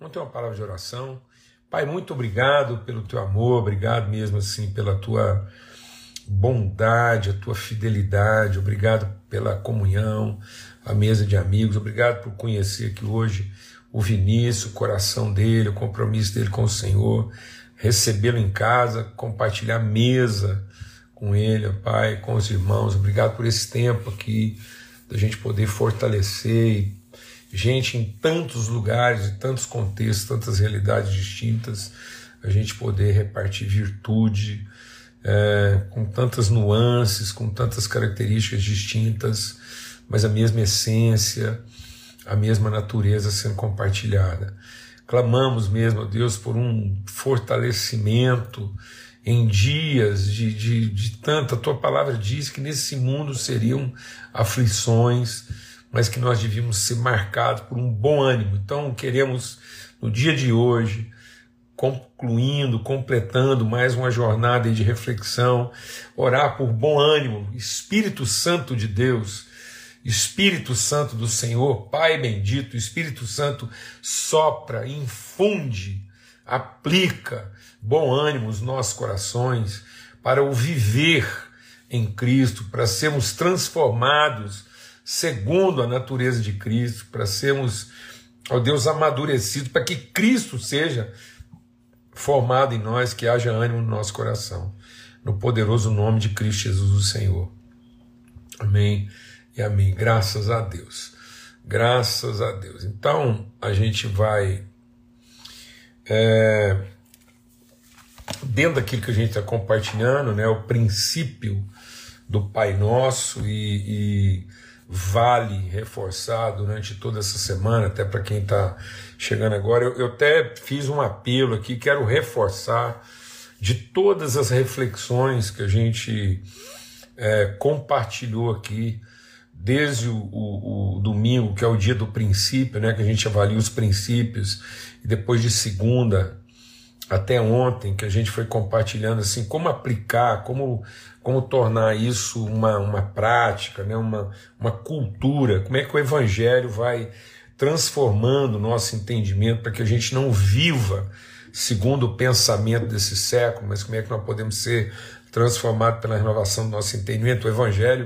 Vamos ter uma palavra de oração. Pai, muito obrigado pelo teu amor, obrigado mesmo assim pela tua bondade, a tua fidelidade, obrigado pela comunhão, a mesa de amigos, obrigado por conhecer aqui hoje o Vinícius, o coração dele, o compromisso dele com o Senhor, recebê-lo em casa, compartilhar a mesa com ele, ó Pai, com os irmãos, obrigado por esse tempo aqui, da gente poder fortalecer gente em tantos lugares, em tantos contextos, tantas realidades distintas, a gente poder repartir virtude, com tantas nuances, com tantas características distintas, mas a mesma essência, a mesma natureza sendo compartilhada. Clamamos mesmo, ó Deus, por um fortalecimento em dias de tanta. A tua palavra diz que nesse mundo seriam aflições, mas que nós devíamos ser marcados por um bom ânimo. Então queremos, no dia de hoje, completando mais uma jornada de reflexão, orar por bom ânimo, Espírito Santo de Deus, Espírito Santo do Senhor, Pai bendito, Espírito Santo sopra, infunde, aplica bom ânimo nos nossos corações, para o viver em Cristo, para sermos transformados segundo a natureza de Cristo, para sermos, ó Deus, amadurecidos, para que Cristo seja formado em nós, que haja ânimo no nosso coração, no poderoso nome de Cristo Jesus, o Senhor. Amém e amém. Graças a Deus. Graças a Deus. Então, a gente vai, dentro daquilo que a gente está compartilhando, né, o princípio do Pai Nosso, e vale reforçar durante toda essa semana, até para quem está chegando agora. Eu até fiz um apelo aqui, quero reforçar de todas as reflexões que a gente compartilhou aqui, desde o domingo, que é o dia do princípio, né, que a gente avalia os princípios, e depois de segunda até ontem, que a gente foi compartilhando assim, como aplicar, como tornar isso uma prática, né, uma cultura, como é que o Evangelho vai transformando o nosso entendimento para que a gente não viva segundo o pensamento desse século, mas como é que nós podemos ser transformados pela renovação do nosso entendimento. O Evangelho,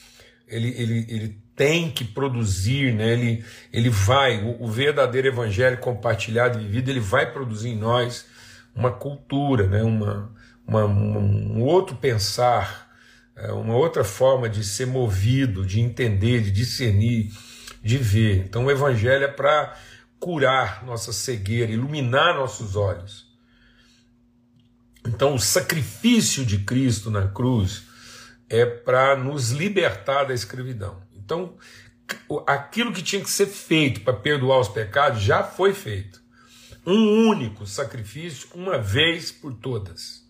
ele tem que produzir, né, ele vai, o verdadeiro Evangelho compartilhado e vivido, ele vai produzir em nós uma cultura, né, um outro pensar, uma outra forma de ser movido, de entender, de discernir, de ver. Então o Evangelho é para curar nossa cegueira, iluminar nossos olhos. Então o sacrifício de Cristo na cruz é para nos libertar da escravidão. Então aquilo que tinha que ser feito para perdoar os pecados já foi feito. Um único sacrifício, uma vez por todas.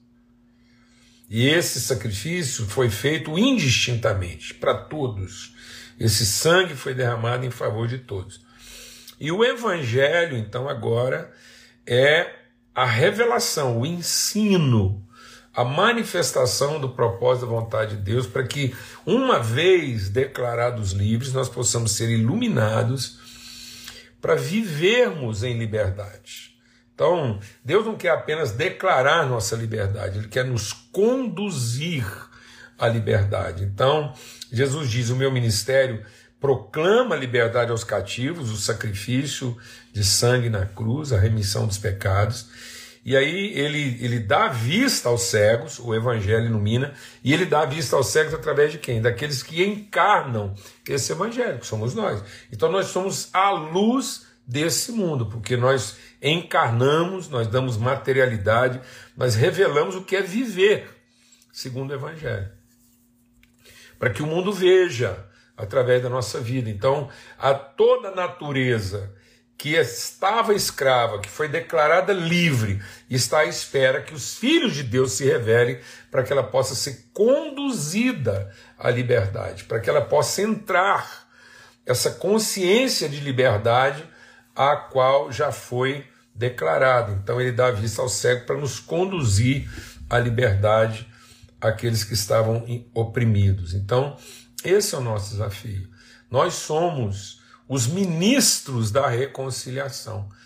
E esse sacrifício foi feito indistintamente, para todos. Esse sangue foi derramado em favor de todos. E o Evangelho, então, agora é a revelação, o ensino, a manifestação do propósito da vontade de Deus, para que, uma vez declarados livres, nós possamos ser iluminados para vivermos em liberdade. Então, Deus não quer apenas declarar nossa liberdade, Ele quer nos conduzir à liberdade. Então, Jesus diz, o meu ministério proclama a liberdade aos cativos, o sacrifício de sangue na cruz, a remissão dos pecados. E aí ele dá vista aos cegos, o Evangelho ilumina, e ele dá vista aos cegos através de quem? Daqueles que encarnam esse Evangelho, que somos nós. Então nós somos a luz desse mundo, porque nós encarnamos, nós damos materialidade, nós revelamos o que é viver segundo o Evangelho, para que o mundo veja através da nossa vida. Então, a toda a natureza que estava escrava, que foi declarada livre, está à espera que os filhos de Deus se revelem para que ela possa ser conduzida à liberdade, para que ela possa entrar essa consciência de liberdade a qual já foi declarada. Então ele dá vista ao cego para nos conduzir à liberdade, aqueles que estavam oprimidos. Então esse é o nosso desafio. Nós somos os ministros da reconciliação.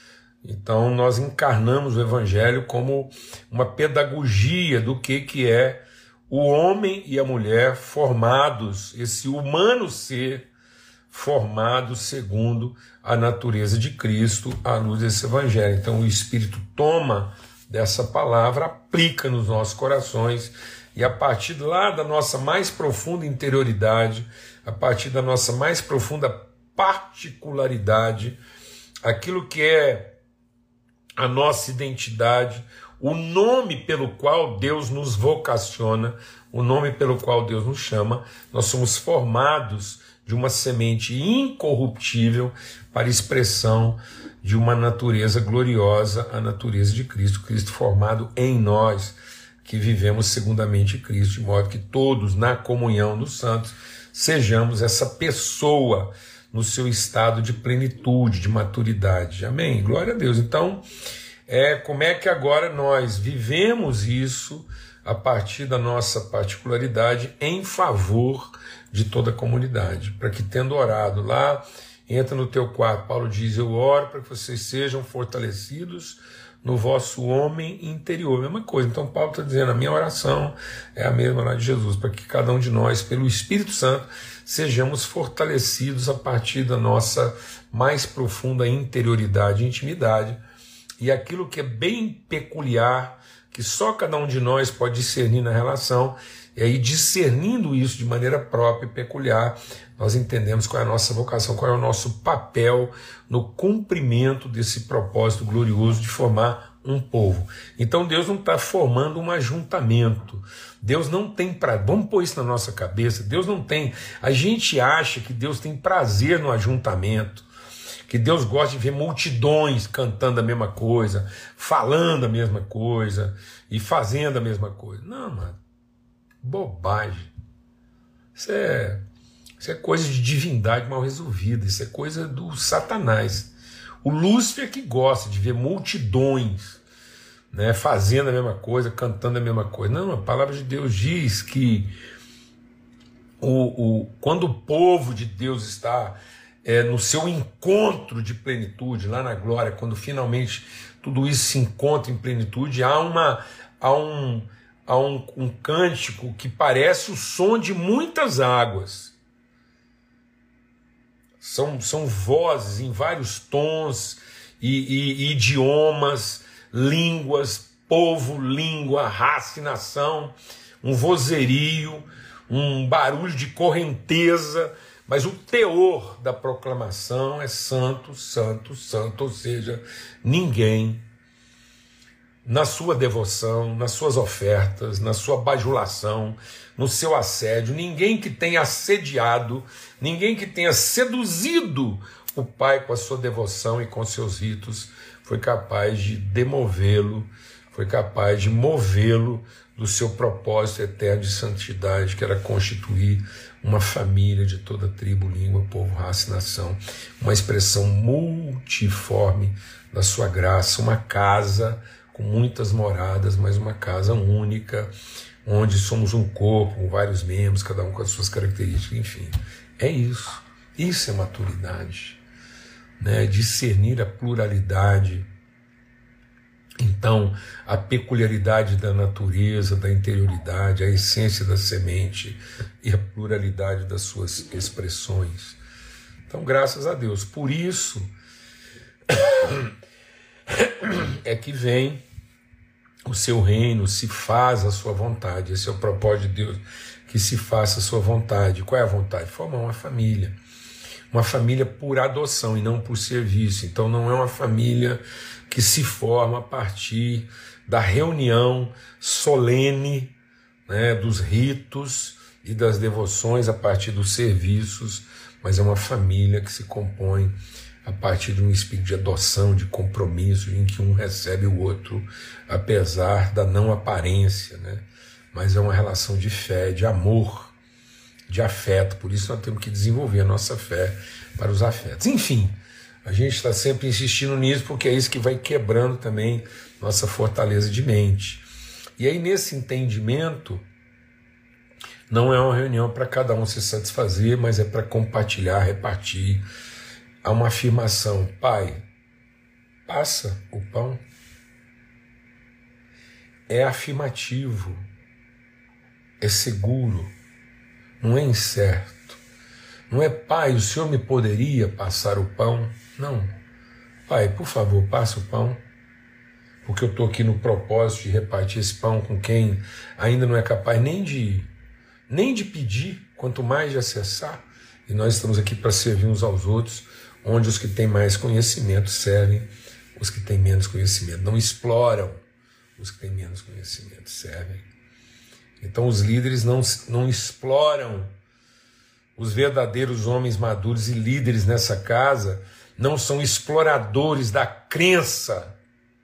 Então nós encarnamos o Evangelho como uma pedagogia do que é o homem e a mulher formados, esse humano ser formado segundo a natureza de Cristo à luz desse Evangelho. Então o Espírito toma dessa palavra, aplica nos nossos corações, e a partir lá da nossa mais profunda interioridade, a partir da nossa mais profunda particularidade, aquilo que é a nossa identidade, o nome pelo qual Deus nos vocaciona, o nome pelo qual Deus nos chama, nós somos formados de uma semente incorruptível para expressão de uma natureza gloriosa, a natureza de Cristo, Cristo formado em nós, que vivemos segundamente Cristo, de modo que todos, na comunhão dos santos, sejamos essa pessoa no seu estado de plenitude, de maturidade. Amém? Glória a Deus. Então, como é que agora nós vivemos isso a partir da nossa particularidade em favor de toda a comunidade, para que, tendo orado lá, entra no teu quarto, Paulo diz, eu oro para que vocês sejam fortalecidos no vosso homem interior, mesma coisa. Então Paulo está dizendo, a minha oração é a mesma lá de Jesus, para que cada um de nós, pelo Espírito Santo, sejamos fortalecidos a partir da nossa mais profunda interioridade e intimidade, e aquilo que é bem peculiar, que só cada um de nós pode discernir na relação, e aí discernindo isso de maneira própria e peculiar, nós entendemos qual é a nossa vocação, qual é o nosso papel no cumprimento desse propósito glorioso de formar um povo. Então Deus não está formando um ajuntamento, Deus não tem vamos pôr isso na nossa cabeça, Deus não tem, a gente acha que Deus tem prazer no ajuntamento, que Deus gosta de ver multidões cantando a mesma coisa, falando a mesma coisa e fazendo a mesma coisa. Não, mano, bobagem. Isso é coisa de divindade mal resolvida, isso é coisa do Satanás. O Lúcifer que gosta de ver multidões, né, fazendo a mesma coisa, cantando a mesma coisa. Não, a palavra de Deus diz que quando o povo de Deus está no seu encontro de plenitude, lá na glória, quando finalmente tudo isso se encontra em plenitude, há um cântico que parece o som de muitas águas. São vozes em vários tons e idiomas, línguas, povo, língua, raça e nação, um vozerio, um barulho de correnteza, mas o teor da proclamação é santo, santo, santo, ou seja, ninguém na sua devoção, nas suas ofertas, na sua bajulação, no seu assédio, ninguém que tenha assediado, ninguém que tenha seduzido o Pai com a sua devoção e com seus ritos, foi capaz de demovê-lo, foi capaz de movê-lo do seu propósito eterno de santidade, que era constituir uma família de toda tribo, língua, povo, raça e nação, uma expressão multiforme da sua graça, uma casa com muitas moradas, mas uma casa única, onde somos um corpo, com vários membros, cada um com as suas características, enfim. É isso. Isso é maturidade, né? Discernir a pluralidade. Então, a peculiaridade da natureza, da interioridade, a essência da semente e a pluralidade das suas expressões. Então, graças a Deus. Por isso é que vem o seu reino, se faz a sua vontade. Esse é o propósito de Deus, que se faça a sua vontade. Qual é a vontade? Formar uma família por adoção e não por serviço. Então não é uma família que se forma a partir da reunião solene, né, dos ritos e das devoções, a partir dos serviços, mas é uma família que se compõe a partir de um espírito de adoção, de compromisso, em que um recebe o outro, apesar da não aparência, né? Mas é uma relação de fé, de amor, de afeto. Por isso nós temos que desenvolver a nossa fé para os afetos. Enfim, a gente está sempre insistindo nisso, porque é isso que vai quebrando também nossa fortaleza de mente. E aí, nesse entendimento, não é uma reunião para cada um se satisfazer, mas é para compartilhar, repartir. Há uma afirmação: Pai, passa o pão. É afirmativo, é seguro, não é incerto. Não é, pai, o senhor me poderia passar o pão? Não. Pai, por favor, passa o pão, porque eu estou aqui no propósito de repartir esse pão com quem ainda não é capaz nem de pedir, quanto mais de acessar. E nós estamos aqui para servir uns aos outros, onde os que têm mais conhecimento servem os que têm menos conhecimento. Não exploram os que têm menos conhecimento, servem. Então os líderes não exploram. Os verdadeiros homens maduros e líderes nessa casa não são exploradores da crença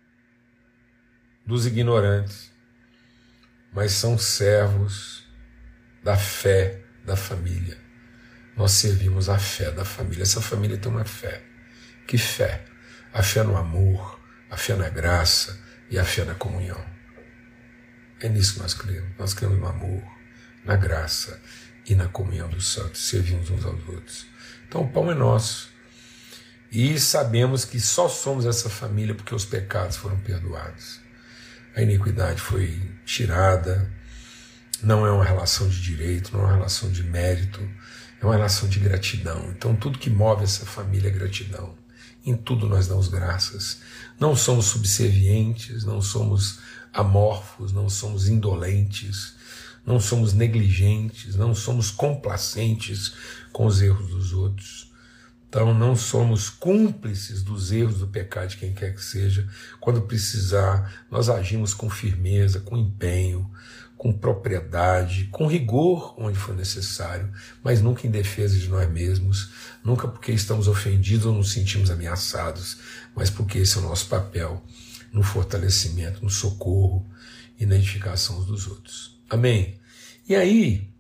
dos ignorantes, mas são servos da fé da família. Nós servimos a fé da família. Essa família tem uma fé. Que fé? A fé no amor, a fé na graça e a fé na comunhão. É nisso que nós cremos. Nós cremos no amor, na graça e na comunhão dos santos. Servimos uns aos outros. Então o pão é nosso. E sabemos que só somos essa família porque os pecados foram perdoados. A iniquidade foi tirada. Não é uma relação de direito, não é uma relação de mérito. É uma relação de gratidão. Então tudo que move essa família é gratidão. Em tudo nós damos graças. Não somos subservientes, não somos amorfos, não somos indolentes, não somos negligentes, não somos complacentes com os erros dos outros. Então não somos cúmplices dos erros do pecado de quem quer que seja. Quando precisar, nós agimos com firmeza, com empenho, com propriedade, com rigor onde for necessário, mas nunca em defesa de nós mesmos, nunca porque estamos ofendidos ou nos sentimos ameaçados, mas porque esse é o nosso papel no fortalecimento, no socorro e na edificação uns dos outros. Amém? E aí,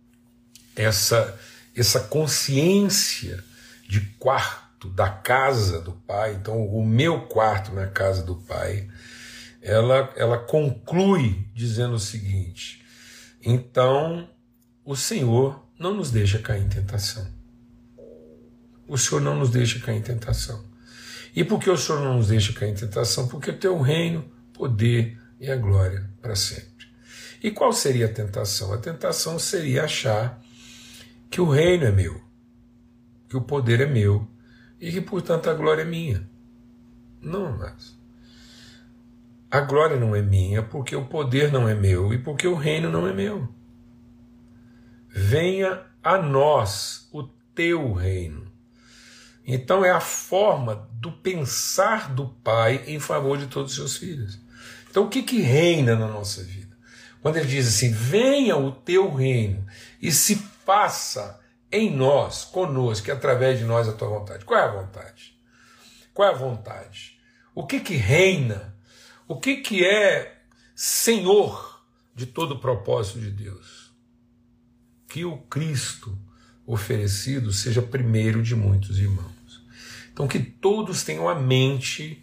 essa consciência de quarto da casa do Pai, então o meu quarto na casa do Pai, ela conclui dizendo o seguinte: então o Senhor não nos deixa cair em tentação. O Senhor não nos deixa cair em tentação. E por que o Senhor não nos deixa cair em tentação? Porque o teu reino, poder e a glória para sempre. E qual seria a tentação? A tentação seria achar que o reino é meu, que o poder é meu e que, portanto, a glória é minha. Não, mas a glória não é minha porque o poder não é meu e porque o reino não é meu. Venha a nós o teu reino. Então é a forma do pensar do Pai em favor de todos os seus filhos. Então o que reina na nossa vida? Quando ele diz assim, venha o teu reino e se faça em nós, conosco, e através de nós a tua vontade. Qual é a vontade? Qual é a vontade? O que reina? O que é Senhor de todo o propósito de Deus? Que o Cristo oferecido seja primeiro de muitos irmãos. Então que todos tenham a mente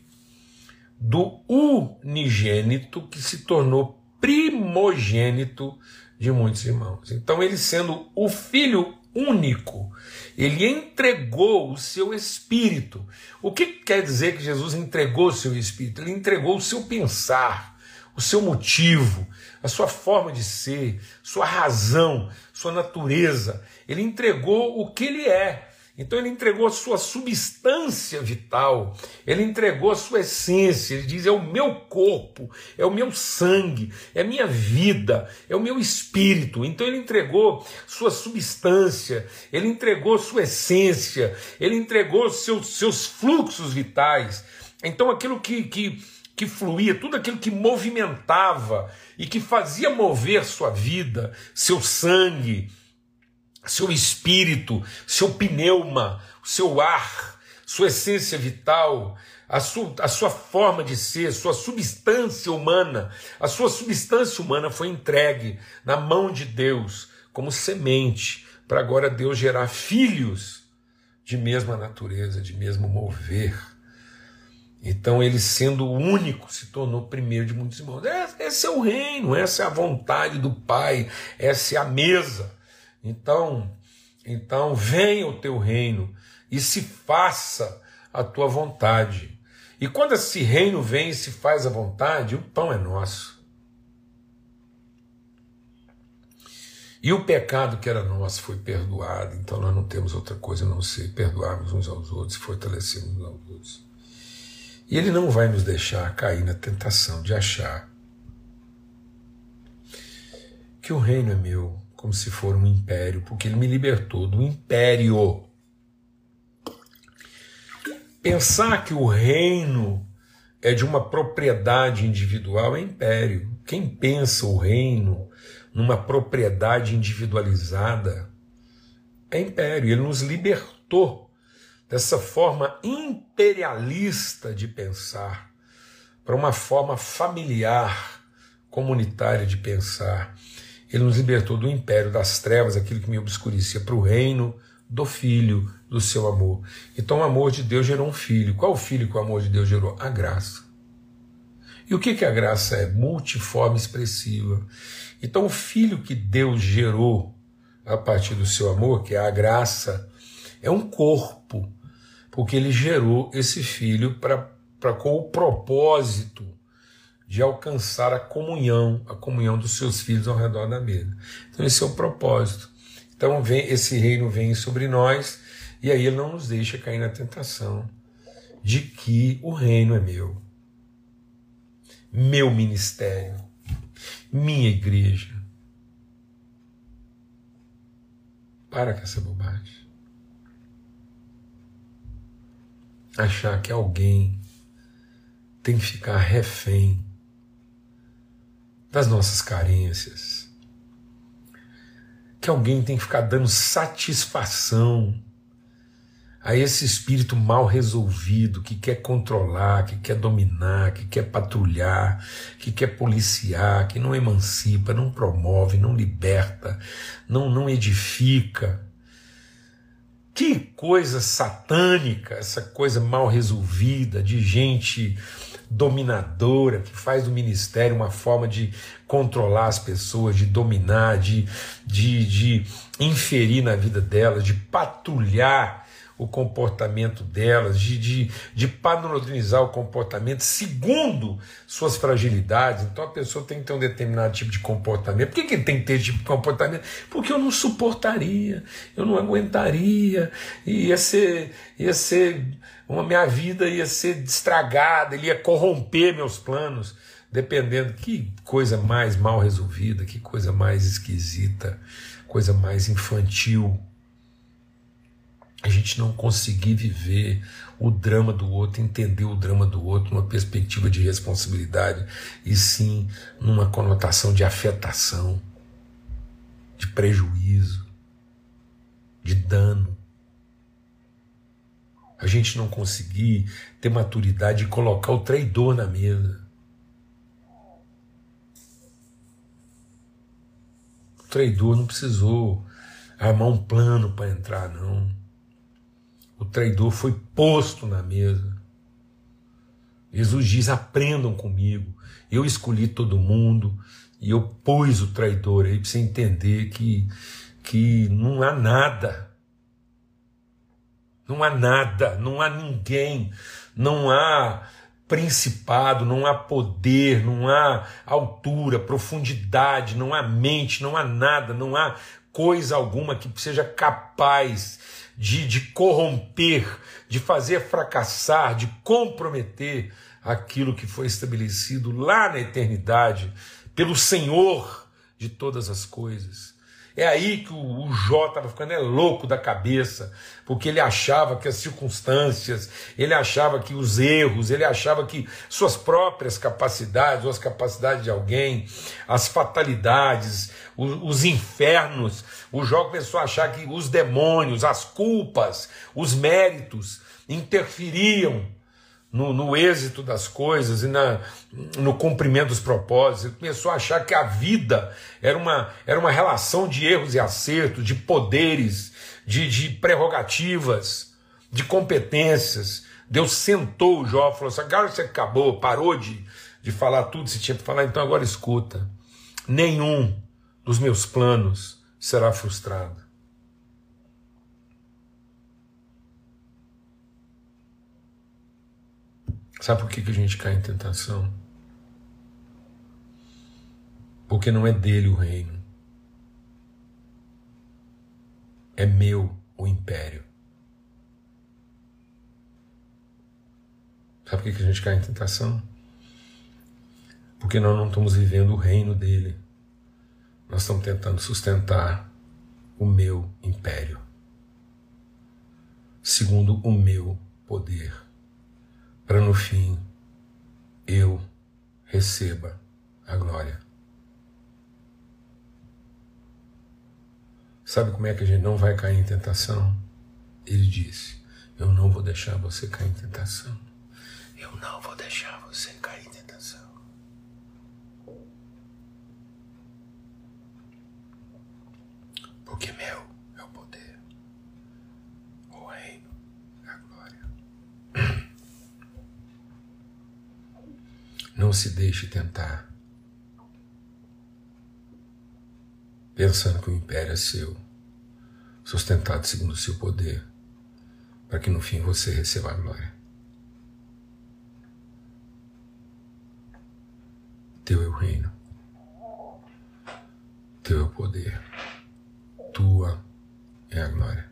do unigênito que se tornou primogênito de muitos irmãos. Então ele sendo o Filho único, ele entregou o seu Espírito. O que quer dizer que Jesus entregou o seu Espírito? Ele entregou o seu pensar, o seu motivo, a sua forma de ser, sua razão, sua natureza. Ele entregou o que ele é. Então ele entregou a sua substância vital, ele entregou a sua essência. Ele diz, é o meu corpo, é o meu sangue, é a minha vida, é o meu espírito. Então ele entregou sua substância, ele entregou sua essência, ele entregou seus fluxos vitais. Então aquilo que fluía, tudo aquilo que movimentava e que fazia mover sua vida, seu sangue, seu espírito, seu pneuma, seu ar, sua essência vital, a sua forma de ser, sua substância humana. A sua substância humana foi entregue na mão de Deus como semente, para agora Deus gerar filhos de mesma natureza, de mesmo mover. Então ele sendo o único se tornou primeiro de muitos irmãos. Esse é o reino, essa é a vontade do Pai, essa é a mesa. Então venha o teu reino e se faça a tua vontade. E quando esse reino vem e se faz à vontade, o pão é nosso. E o pecado que era nosso foi perdoado, então nós não temos outra coisa a não ser perdoarmos uns aos outros e fortalecermos uns aos outros. E ele não vai nos deixar cair na tentação de achar que o reino é meu, como se for um império, porque ele me libertou do império. Pensar que o reino é de uma propriedade individual é império. Quem pensa o reino numa propriedade individualizada é império. Ele nos libertou dessa forma imperialista de pensar para uma forma familiar, comunitária de pensar. Ele nos libertou do império das trevas, aquilo que me obscurecia, para o reino do Filho, do seu amor. Então o amor de Deus gerou um filho. Qual o filho que o amor de Deus gerou? A graça. E o que a graça é? Multiforme, expressiva. Então o filho que Deus gerou a partir do seu amor, que é a graça, é um corpo, porque ele gerou esse filho com o propósito de alcançar a comunhão dos seus filhos ao redor da mesa. Então esse é o propósito. Então esse reino vem sobre nós, e aí ele não nos deixa cair na tentação de que o reino é meu. Meu ministério, minha igreja. Para com essa bobagem. Achar que alguém tem que ficar refém das nossas carências, que alguém tem que ficar dando satisfação a esse espírito mal resolvido, que quer controlar, que quer dominar, que quer patrulhar, que quer policiar, que não emancipa, não promove, não liberta, não edifica. Que coisa satânica, essa coisa mal resolvida, de gente dominadora, que faz do ministério uma forma de controlar as pessoas, de dominar, de inferir na vida delas, de patrulhar o comportamento delas, de padronizar o comportamento segundo suas fragilidades. Então a pessoa tem que ter um determinado tipo de comportamento. Por que ele tem que ter esse tipo de comportamento? Porque eu não suportaria, eu não aguentaria, minha vida ia ser estragada, ele ia corromper meus planos, dependendo. Que coisa mais mal resolvida, que coisa mais esquisita, coisa mais infantil. A gente não conseguir viver o drama do outro, entender o drama do outro numa perspectiva de responsabilidade, e sim numa conotação de afetação, de prejuízo, de dano. A gente não conseguir ter maturidade de colocar o traidor na mesa. O traidor não precisou armar um plano para entrar, não. O traidor foi posto na mesa. Jesus diz: aprendam comigo. Eu escolhi todo mundo e eu pus o traidor aí para você entender que não há nada. Não há nada, não há ninguém, não há principado, não há poder, não há altura, profundidade, não há mente, não há nada, não há coisa alguma que seja capaz de corromper, de fazer fracassar, de comprometer aquilo que foi estabelecido lá na eternidade pelo Senhor de todas as coisas. É aí que o Jó estava ficando louco da cabeça, porque ele achava que as circunstâncias, ele achava que os erros, ele achava que suas próprias capacidades, ou as capacidades de alguém, as fatalidades, os infernos, o Jó começou a achar que os demônios, as culpas, os méritos interferiam no êxito das coisas e no cumprimento dos propósitos. Ele começou a achar que a vida era uma relação de erros e acertos, de poderes, de prerrogativas, de competências. Deus sentou o Jó e falou assim: agora você acabou, parou de falar tudo que você tinha para falar, então agora escuta. Nenhum dos meus planos será frustrado. Sabe por que a gente cai em tentação? Porque não é dele o reino. É meu o império. Sabe por que a gente cai em tentação? Porque nós não estamos vivendo o reino dele. Nós estamos tentando sustentar o meu império, segundo o meu poder, para no fim eu receba a glória. Sabe como é que a gente não vai cair em tentação? Ele disse: eu não vou deixar você cair em tentação. Eu não vou deixar você cair em tentação. Porque meu é o poder, o reino, a glória. Não se deixe tentar, pensando que o império é seu, sustentado segundo o seu poder, para que no fim você receba a glória. Teu é o reino, teu é o poder, tua é a glória.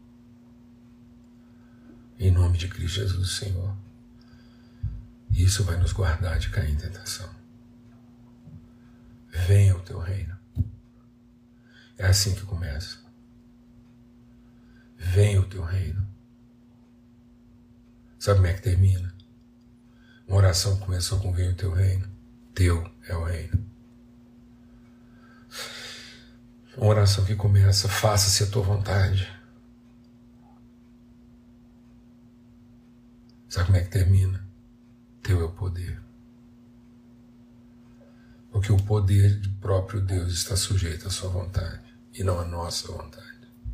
Em nome de Cristo Jesus, Senhor. Isso vai nos guardar de cair em tentação. Venha o teu reino. É assim que começa. Venha o teu reino. Sabe como é que termina? Uma oração que começou com venha o teu reino. Teu é o reino. Uma oração que começa, faça-se a tua vontade. Sabe como é que termina? Teu é o poder. Porque o poder do próprio Deus está sujeito à sua vontade e não à nossa vontade.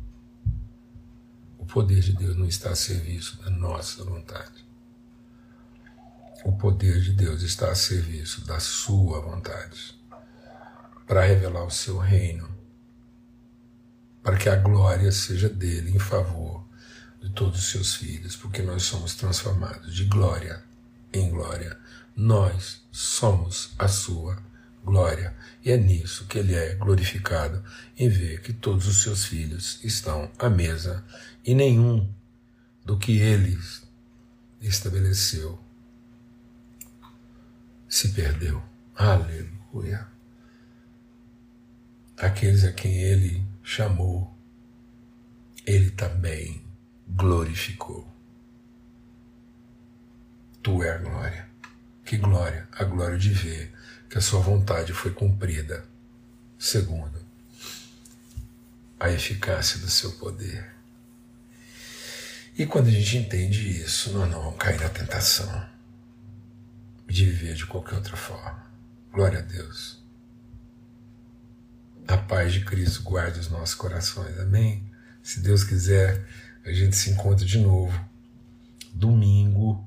O poder de Deus não está a serviço da nossa vontade. O poder de Deus está a serviço da sua vontade, para revelar o seu reino, para que a glória seja dele em favor de todos os seus filhos, porque nós somos transformados de glória em glória. Nós somos a sua glória. E é nisso que ele é glorificado, em ver que todos os seus filhos estão à mesa e nenhum do que ele estabeleceu se perdeu. Aleluia. Aqueles a quem ele chamou, ele também glorificou. Tu é a glória. Que glória? A glória de ver que a sua vontade foi cumprida, segundo a eficácia do seu poder. E quando a gente entende isso, nós não vamos cair na tentação de viver de qualquer outra forma. Glória a Deus. A paz de Cristo guarde os nossos corações. Amém? Se Deus quiser, a gente se encontra de novo domingo,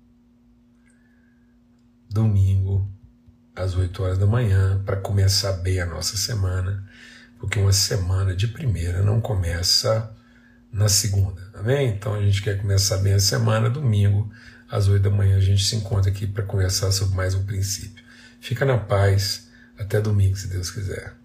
às 8 horas da manhã, para começar bem a nossa semana, porque uma semana de primeira não começa na segunda, amém? Então a gente quer começar bem a semana, domingo, às 8 da manhã a gente se encontra aqui para conversar sobre mais um princípio. Fica na paz, até domingo, se Deus quiser.